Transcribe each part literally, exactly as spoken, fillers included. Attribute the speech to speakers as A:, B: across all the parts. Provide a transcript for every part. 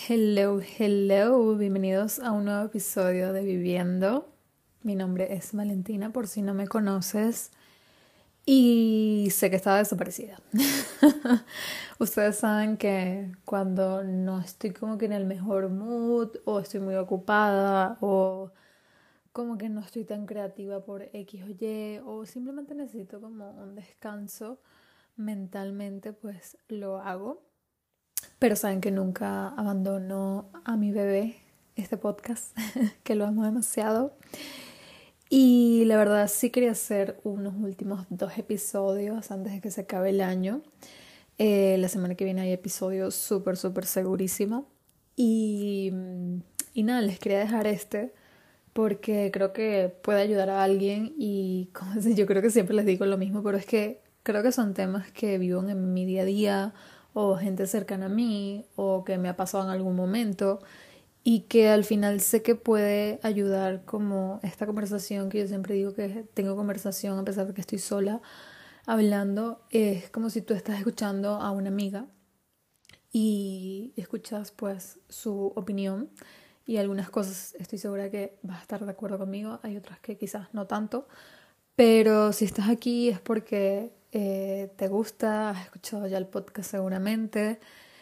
A: Hello, hello, bienvenidos a un nuevo episodio de Viviendo. Mi nombre es Valentina, por si no me conoces, y sé que estaba desaparecida. Ustedes saben que cuando no estoy como que en el mejor mood, o estoy muy ocupada, o como que no estoy tan creativa por X o Y, o simplemente necesito como un descanso mentalmente, pues lo hago. Pero saben que nunca abandono a mi bebé, este podcast, que lo amo demasiado. Y la verdad sí quería hacer unos últimos dos episodios antes de que se acabe el año. Eh, la semana que viene hay episodios súper, súper segurísimo. Y, y nada, les quería dejar este porque creo que puede ayudar a alguien y como si- yo creo que siempre les digo lo mismo, pero es que creo que son temas que vivo en mi día a día o gente cercana a mí o que me ha pasado en algún momento y que al final sé que puede ayudar como esta conversación que yo siempre digo que tengo conversación a pesar de que estoy sola hablando, es como si tú estás escuchando a una amiga y escuchas pues su opinión y algunas cosas estoy segura que vas a estar de acuerdo conmigo, hay otras que quizás no tanto, pero si estás aquí es porque eh, te gusta, has escuchado ya el podcast seguramente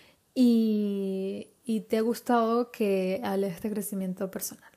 A: y, y te ha gustado que hable de este crecimiento personal.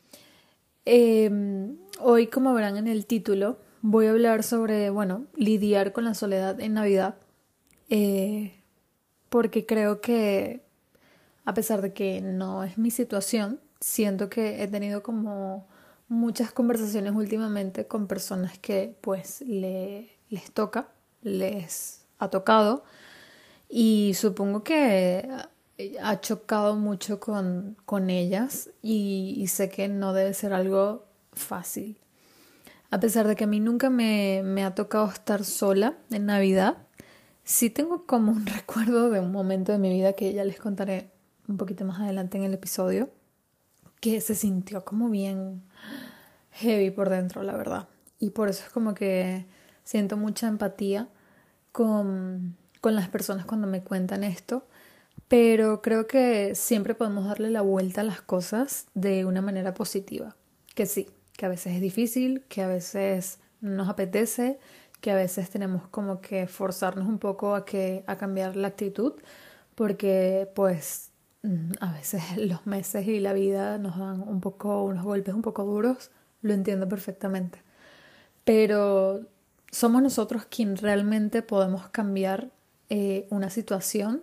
A: Eh, Hoy, como verán en el título, voy a hablar sobre, bueno, lidiar con la soledad en Navidad, eh, porque creo que a pesar de que no es mi situación, siento que he tenido como muchas conversaciones últimamente con personas que pues le, les toca, les ha tocado y supongo que ha chocado mucho con, con ellas y, y sé que no debe ser algo fácil. A pesar de que a mí nunca me, me ha tocado estar sola en Navidad, sí tengo como un recuerdo de un momento de mi vida que ya les contaré un poquito más adelante en el episodio, que se sintió como bien heavy por dentro, la verdad. Y por eso es como que siento mucha empatía con, con las personas cuando me cuentan esto, pero creo que siempre podemos darle la vuelta a las cosas de una manera positiva. Que sí, que a veces es difícil, que a veces nos apetece, que a veces tenemos como que forzarnos un poco a, que, a cambiar la actitud, porque pues mm, a veces los meses y la vida nos dan un poco, unos golpes un poco duros, lo entiendo perfectamente. Pero somos nosotros quien realmente podemos cambiar eh, una situación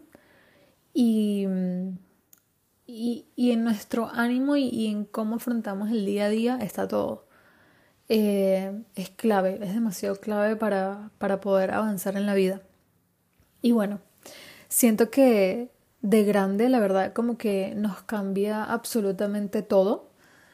A: y, y, y en nuestro ánimo y, y en cómo afrontamos el día a día está todo. Eh, es clave, es demasiado clave para, para poder avanzar en la vida. Y bueno, siento que de grande, la verdad, como que nos cambia absolutamente todo.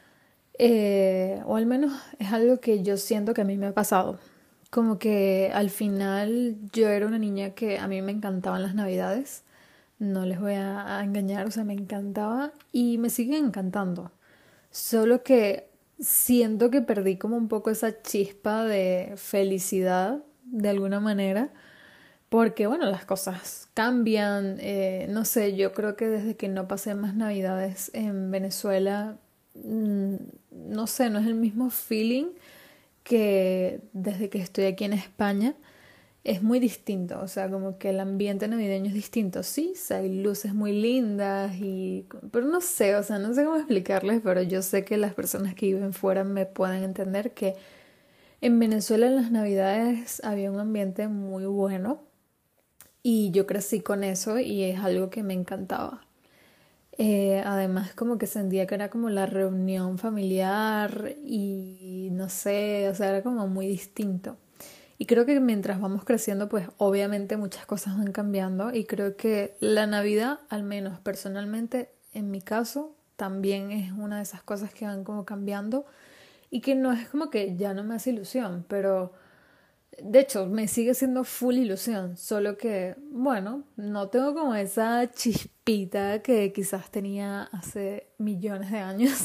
A: Eh, o al menos es algo que yo siento que a mí me ha pasado. Como que al final yo era una niña que a mí me encantaban las navidades. No les voy a, a engañar, o sea, me encantaba y me siguen encantando. Solo que siento que perdí como un poco esa chispa de felicidad de alguna manera. Porque bueno, las cosas cambian. Eh, no sé, yo creo que desde que no pasé más navidades en Venezuela, mm, no sé, no es el mismo feeling que desde que estoy aquí en España. Es muy distinto, o sea, como que el ambiente navideño es distinto. Sí, sí, hay luces muy lindas y... Pero no sé, o sea, no sé cómo explicarles, pero yo sé que las personas que viven fuera me pueden entender que en Venezuela en las navidades había un ambiente muy bueno y yo crecí con eso y es algo que me encantaba. Eh, además como que sentía que era como la reunión familiar y no sé, o sea, era como muy distinto. Y creo que mientras vamos creciendo, pues obviamente muchas cosas van cambiando y creo que la Navidad, al menos personalmente, en mi caso, también es una de esas cosas que van como cambiando y que no es como que ya no me hace ilusión, pero de hecho me sigue siendo full ilusión, solo que, bueno, no tengo como esa chispita que quizás tenía hace millones de años.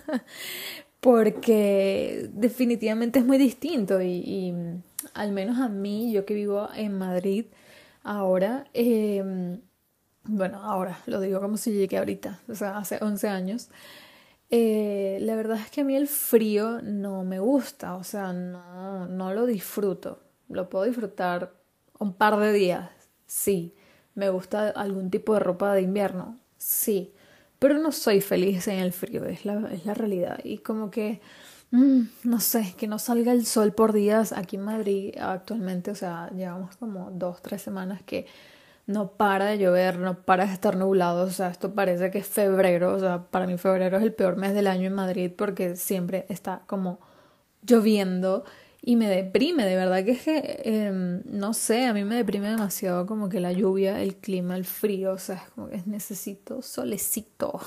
A: Porque definitivamente es muy distinto y, y al menos a mí, yo que vivo en Madrid ahora, eh, Bueno, ahora lo digo como si llegué ahorita, o sea, hace once años. Eh, la verdad es que a mí el frío no me gusta, o sea, no, no lo disfruto. Lo puedo disfrutar un par de días, sí. Me gusta algún tipo de ropa de invierno, sí. Pero no soy feliz en el frío, es la, es la realidad. Y como que, mm, no sé, que no salga el sol por días aquí en Madrid actualmente, o sea, llevamos como dos, tres semanas que no para de llover, no para de estar nublado, o sea, esto parece que es febrero, o sea, para mí febrero es el peor mes del año en Madrid porque siempre está como lloviendo y me deprime, de verdad que es que, eh, no sé, a mí me deprime demasiado como que la lluvia, el clima, el frío, o sea, es como que necesito solecito.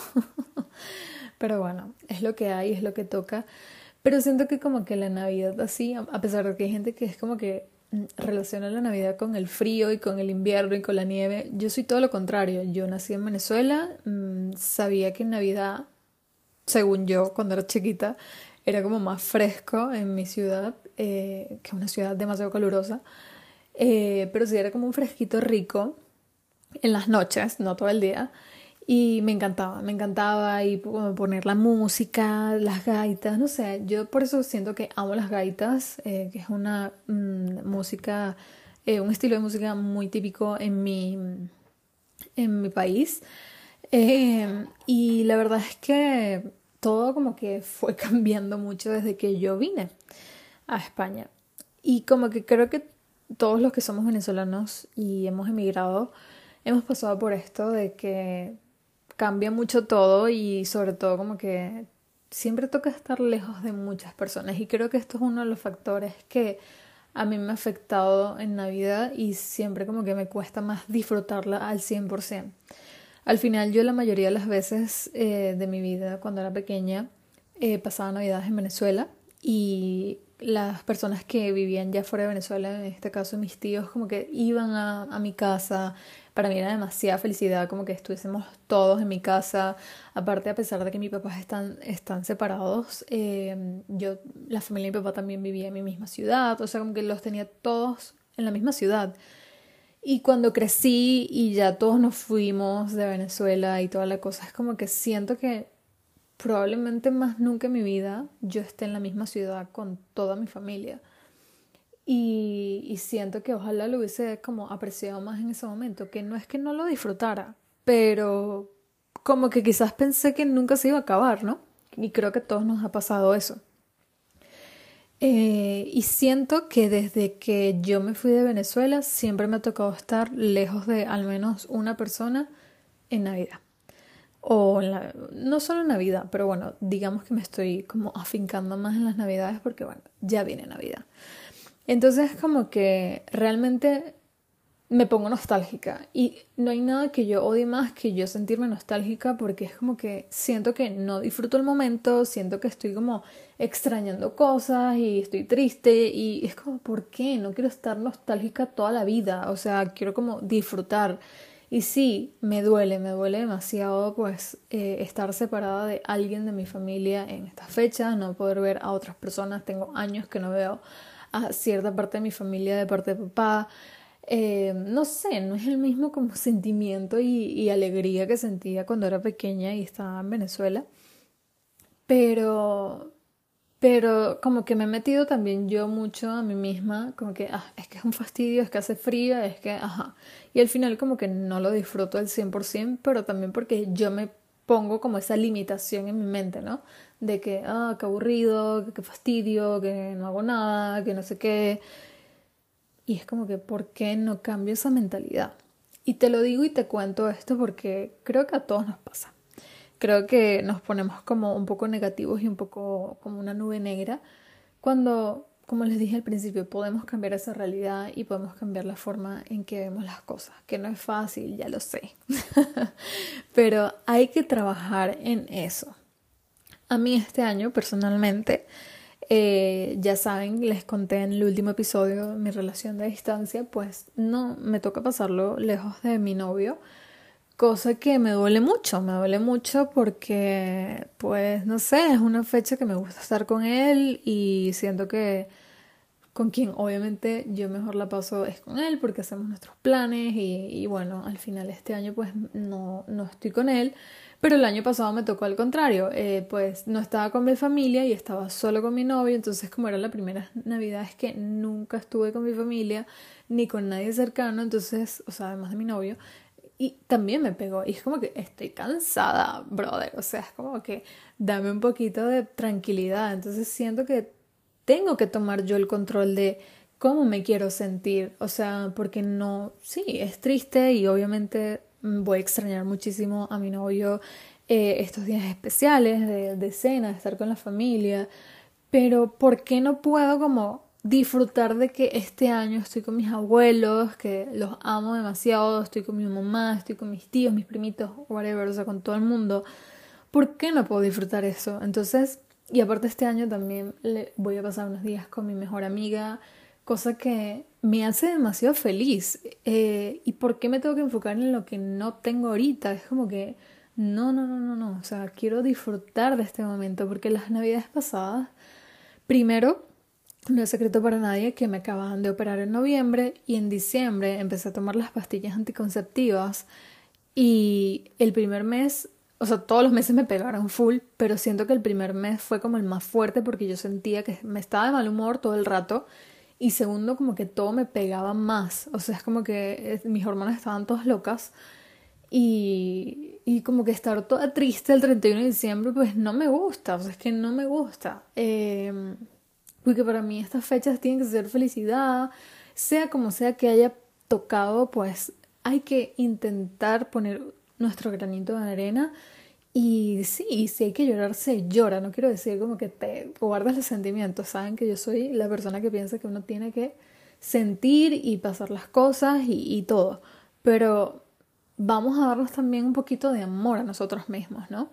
A: Pero bueno, es lo que hay, es lo que toca. Pero siento que como que la Navidad así, a a pesar de que hay gente que es como que mm, relaciona la Navidad con el frío y con el invierno y con la nieve, yo soy todo lo contrario. Yo nací en Venezuela, mm, sabía que en Navidad, según yo, cuando era chiquita, era como más fresco en mi ciudad, eh, que es una ciudad demasiado calurosa. Eh, pero sí era como un fresquito rico en las noches, no todo el día. Y me encantaba, me encantaba y como poner la música, las gaitas, no sé, yo por eso siento que amo las gaitas, eh, que es una mm, música, eh, un estilo de música muy típico en mi, en mi país. Eh, y la verdad es que todo como que fue cambiando mucho desde que yo vine a España. Y como que creo que todos los que somos venezolanos y hemos emigrado, hemos pasado por esto de que cambia mucho todo y sobre todo como que siempre toca estar lejos de muchas personas y creo que esto es uno de los factores que a mí me ha afectado en Navidad y siempre como que me cuesta más disfrutarla al cien por ciento. Al final yo la mayoría de las veces eh, de mi vida cuando era pequeña eh, pasaba Navidades en Venezuela y las personas que vivían ya fuera de Venezuela, en este caso mis tíos, como que iban a, a mi casa. Para mí era demasiada felicidad como que estuviésemos todos en mi casa. Aparte, a pesar de que mis papás están, están separados, eh, yo, la familia de mi papá también vivía en mi misma ciudad, o sea, como que los tenía todos en la misma ciudad. Y cuando crecí y ya todos nos fuimos de Venezuela y toda la cosa, es como que siento que probablemente más nunca en mi vida yo esté en la misma ciudad con toda mi familia. Y, y siento que ojalá lo hubiese como apreciado más en ese momento, que no es que no lo disfrutara, pero como que quizás pensé que nunca se iba a acabar, ¿no? Y creo que a todos nos ha pasado eso. Eh, y siento que desde que yo me fui de Venezuela siempre me ha tocado estar lejos de al menos una persona en Navidad. O en la- no solo en Navidad, pero bueno, digamos que me estoy como afincando más en las Navidades porque bueno, ya viene Navidad. Entonces como que realmente me pongo nostálgica y no hay nada que yo odie más que yo sentirme nostálgica porque es como que siento que no disfruto el momento, siento que estoy como extrañando cosas y estoy triste y es como, ¿por qué? No quiero estar nostálgica toda la vida, o sea, quiero como disfrutar. Y sí, me duele, me duele demasiado pues eh, estar separada de alguien de mi familia en estas fechas, no poder ver a otras personas, tengo años que no veo a cierta parte de mi familia de parte de papá. Eh, no sé, no es el mismo como sentimiento y, y alegría que sentía cuando era pequeña y estaba en Venezuela, pero, pero como que me he metido también yo mucho a mí misma, como que ah, es que es un fastidio, es que hace frío, es que, ajá, y al final como que no lo disfruto al cien por ciento, pero también porque yo me pongo como esa limitación en mi mente, ¿no? De que, ah, qué aburrido, que qué fastidio, que no hago nada, que no sé qué. Y es como que, ¿por qué no cambio esa mentalidad? Y te lo digo y te cuento esto porque creo que a todos nos pasa. Creo que nos ponemos como un poco negativos y un poco como una nube negra cuando, como les dije al principio, podemos cambiar esa realidad y podemos cambiar la forma en que vemos las cosas, que no es fácil, ya lo sé. Pero hay que trabajar en eso. A mí este año, personalmente, eh, ya saben, les conté en el último episodio mi relación de distancia, pues no, me toca pasarlo lejos de mi novio, cosa que me duele mucho, me duele mucho porque, pues, no sé, es una fecha que me gusta estar con él y siento que con quien obviamente yo mejor la paso es con él porque hacemos nuestros planes y, y bueno, al final este año pues no, no estoy con él, pero el año pasado me tocó al contrario, eh, pues no estaba con mi familia y estaba solo con mi novio, entonces como era la primera Navidad es que nunca estuve con mi familia ni con nadie cercano, entonces, o sea, además de mi novio, y también me pegó. Y es como que estoy cansada, brother. O sea, es como que dame un poquito de tranquilidad. Entonces siento que tengo que tomar yo el control de cómo me quiero sentir. O sea, porque no, sí, es triste y obviamente voy a extrañar muchísimo a mi novio eh, estos días especiales de, de cena, de estar con la familia. Pero ¿por qué no puedo como disfrutar de que este año estoy con mis abuelos, que los amo demasiado, estoy con mi mamá, estoy con mis tíos, mis primitos, whatever, o sea, con todo el mundo? ¿Por qué no puedo disfrutar eso? Entonces, y aparte este año también le voy a pasar unos días con mi mejor amiga, cosa que me hace demasiado feliz. Eh, ¿y por qué me tengo que enfocar en lo que no tengo ahorita? Es como que, no, no, no, no, no, o sea, quiero disfrutar de este momento, porque las navidades pasadas, primero, no es secreto para nadie que me acababan de operar en noviembre y en diciembre empecé a tomar las pastillas anticonceptivas y el primer mes, o sea, todos los meses me pegaron full, pero siento que el primer mes fue como el más fuerte porque yo sentía que me estaba de mal humor todo el rato y segundo como que todo me pegaba más, o sea, es como que eh, mis hormonas estaban todas locas y, y como que estar toda triste el treinta y uno de diciembre pues no me gusta, o sea, es que no me gusta. Eh, porque para mí estas fechas tienen que ser felicidad, sea como sea que haya tocado, pues hay que intentar poner nuestro granito de arena. Y sí, si hay que llorar, se llora. No quiero decir como que te guardas los sentimientos. Saben que yo soy la persona que piensa que uno tiene que sentir y pasar las cosas y, y todo. Pero vamos a darnos también un poquito de amor a nosotros mismos, ¿no?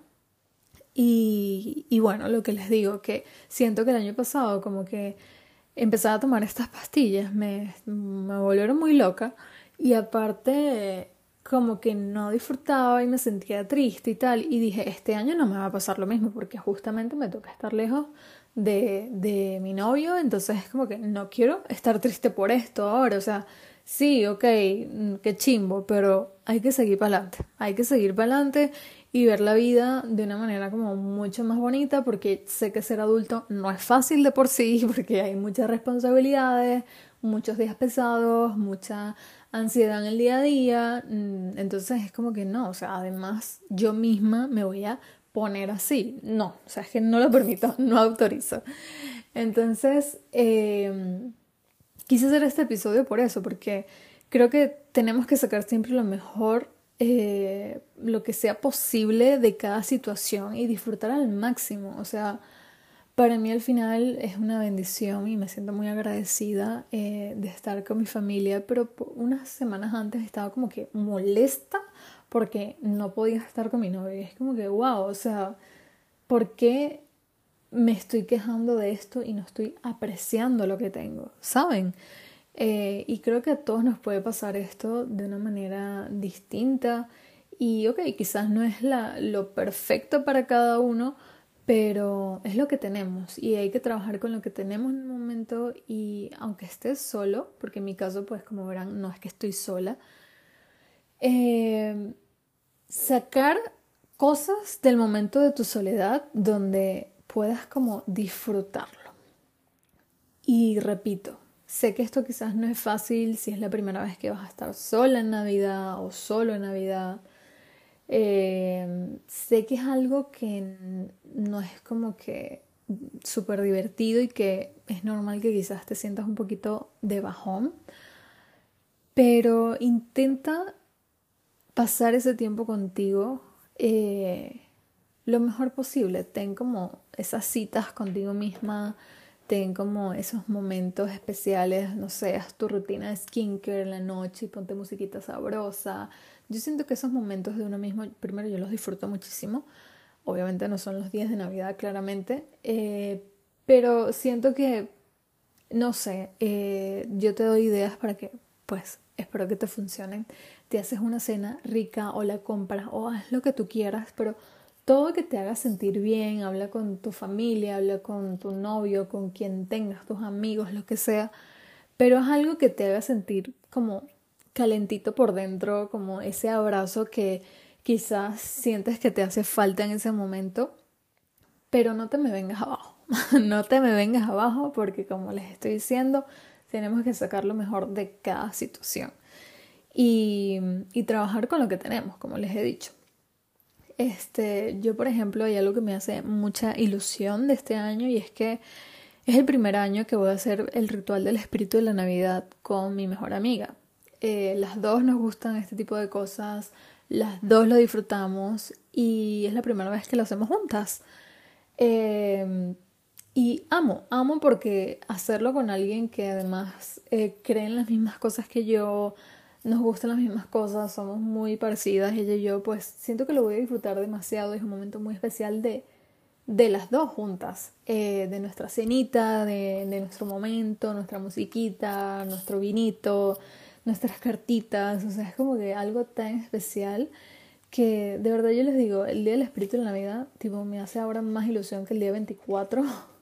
A: Y, y bueno, lo que les digo, que siento que el año pasado como que empezaba a tomar estas pastillas, me, me volvieron muy loca y aparte como que no disfrutaba y me sentía triste y tal y dije, este año no me va a pasar lo mismo porque justamente me toca estar lejos de, de mi novio, entonces es como que no quiero estar triste por esto ahora, o sea, sí, ok, mm, qué chimbo, pero hay que seguir para adelante, hay que seguir para adelante y ver la vida de una manera como mucho más bonita porque sé que ser adulto no es fácil de por sí porque hay muchas responsabilidades, muchos días pesados, mucha ansiedad en el día a día, mm, entonces es como que no, o sea, además yo misma me voy a poner así, no, o sea, es que no lo permito, no autorizo. Entonces, eh, quise hacer este episodio por eso, porque creo que tenemos que sacar siempre lo mejor, eh, lo que sea posible de cada situación y disfrutar al máximo. O sea, para mí al final es una bendición y me siento muy agradecida eh, de estar con mi familia, pero po- unas semanas antes estaba como que molesta porque no podía estar con mi novio. Y es como que, wow, o sea, ¿por qué me estoy quejando de esto y no estoy apreciando lo que tengo? ¿Saben? Eh, y creo que a todos nos puede pasar esto de una manera distinta. Y ok, quizás no es la, lo perfecto para cada uno, pero es lo que tenemos y hay que trabajar con lo que tenemos en el momento y aunque estés solo, porque en mi caso pues como verán no es que estoy sola, eh, sacar cosas del momento de tu soledad donde puedas como disfrutarlo. Y repito, sé que esto quizás no es fácil si es la primera vez que vas a estar sola en Navidad o solo en Navidad. Eh, sé que es algo que no es como que súper divertido y que es normal que quizás te sientas un poquito de bajón, pero intenta pasar ese tiempo contigo eh, lo mejor posible. Ten como esas citas contigo misma, ten como esos momentos especiales, no sé, haz tu rutina de skincare en la noche y ponte musiquita sabrosa. Yo siento que esos momentos de uno mismo, primero yo los disfruto muchísimo. Obviamente no son los días de Navidad, claramente, eh, pero siento que no sé, eh, yo te doy ideas para que, pues, espero que te funcionen. Te haces una cena rica o la compras o haz lo que tú quieras, pero todo que te haga sentir bien, habla con tu familia, habla con tu novio, con quien tengas, tus amigos, lo que sea, pero es algo que te haga sentir como calentito por dentro, como ese abrazo que quizás sientes que te hace falta en ese momento, pero no te me vengas abajo, no te me vengas abajo porque como les estoy diciendo, tenemos que sacar lo mejor de cada situación y, y trabajar con lo que tenemos, como les he dicho. Este, yo por ejemplo hay algo que me hace mucha ilusión de este año y es que es el primer año que voy a hacer el ritual del espíritu de la Navidad con mi mejor amiga. Eh, las dos nos gustan este tipo de cosas, las dos lo disfrutamos y es la primera vez que lo hacemos juntas. Eh, y amo, amo porque hacerlo con alguien que además eh, cree en las mismas cosas que yo, nos gustan las mismas cosas, somos muy parecidas, ella y yo, pues siento que lo voy a disfrutar demasiado. Es un momento muy especial de, de las dos juntas, eh, de nuestra cenita, de, de nuestro momento, nuestra musiquita, nuestro vinito, nuestras cartitas, o sea, es como que algo tan especial que de verdad yo les digo, el Día del Espíritu de la Navidad, tipo, me hace ahora más ilusión que el día veinticuatro,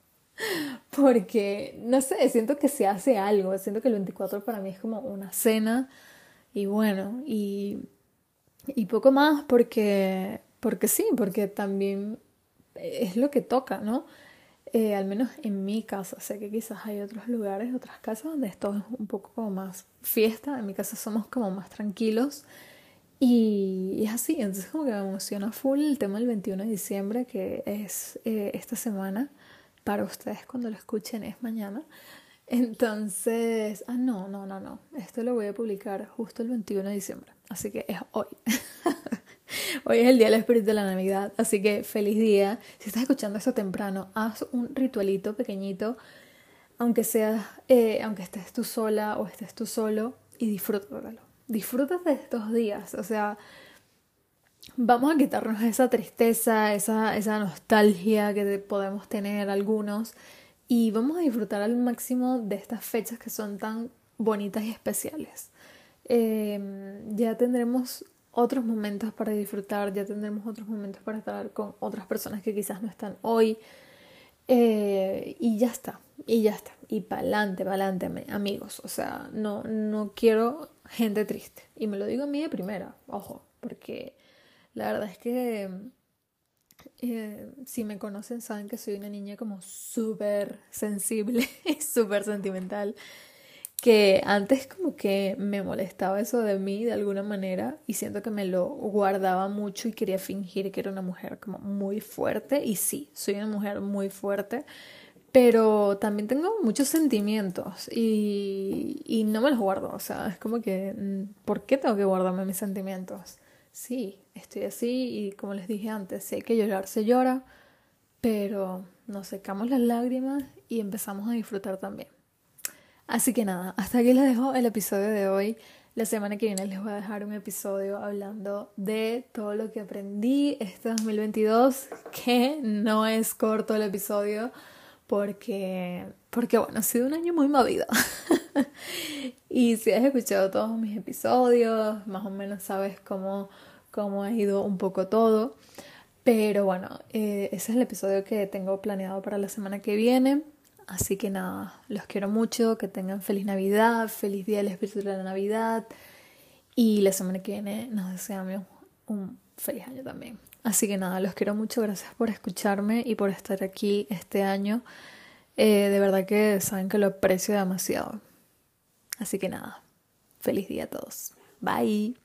A: porque, no sé, siento que se hace algo, siento que el veinticuatro para mí es como una cena, y bueno, y, y poco más porque, porque sí, porque también es lo que toca, ¿no? Eh, al menos en mi casa, sé que quizás hay otros lugares, otras casas donde esto es un poco como más fiesta, en mi casa somos como más tranquilos y, y es así, entonces como que me emociona full el tema del veintiuno de diciembre, que es eh, esta semana, para ustedes cuando lo escuchen es mañana. Entonces, ah, no, no, no, no, esto lo voy a publicar justo el veintiuno de diciembre, así que es hoy. Hoy es el día del espíritu de la Navidad, así que feliz día. Si estás escuchando esto temprano, haz un ritualito pequeñito, aunque sea, eh, aunque estés tú sola o estés tú solo, y disfrútatelo. Disfrútate de estos días, o sea, vamos a quitarnos esa tristeza, esa, esa nostalgia que podemos tener algunos y vamos a disfrutar al máximo de estas fechas que son tan bonitas y especiales. Eh, ya tendremos otros momentos para disfrutar, ya tendremos otros momentos para estar con otras personas que quizás no están hoy. Eh, y ya está, y ya está. Y pa'lante, pa'lante, amigos. O sea, no, no quiero gente triste. Y me lo digo a mí de primera, ojo, porque la verdad es que eh, si me conocen saben que soy una niña como súper sensible y súper sentimental, que antes como que me molestaba eso de mí de alguna manera y siento que me lo guardaba mucho y quería fingir que era una mujer como muy fuerte y sí, soy una mujer muy fuerte, pero también tengo muchos sentimientos y, y no me los guardo, o sea, es como que ¿por qué tengo que guardarme mis sentimientos? Sí, estoy así y como les dije antes, si hay que llorar, se llora, pero nos secamos las lágrimas y empezamos a disfrutar también. Así que nada, hasta aquí les dejo el episodio de hoy. La semana que viene les voy a dejar un episodio hablando de todo lo que aprendí este dos mil veintidós, que no es corto el episodio porque, porque bueno, ha sido un año muy movido. Y si has escuchado todos mis episodios, más o menos sabes cómo, cómo ha ido un poco todo. Pero bueno, eh, ese es el episodio que tengo planeado para la semana que viene. Así que nada, los quiero mucho, que tengan feliz Navidad, feliz Día del Espíritu de la Navidad y la semana que viene nos deseamos un feliz año también. Así que nada, los quiero mucho, gracias por escucharme y por estar aquí este año. Eh, de verdad que saben que lo aprecio demasiado. Así que nada, feliz día a todos. Bye.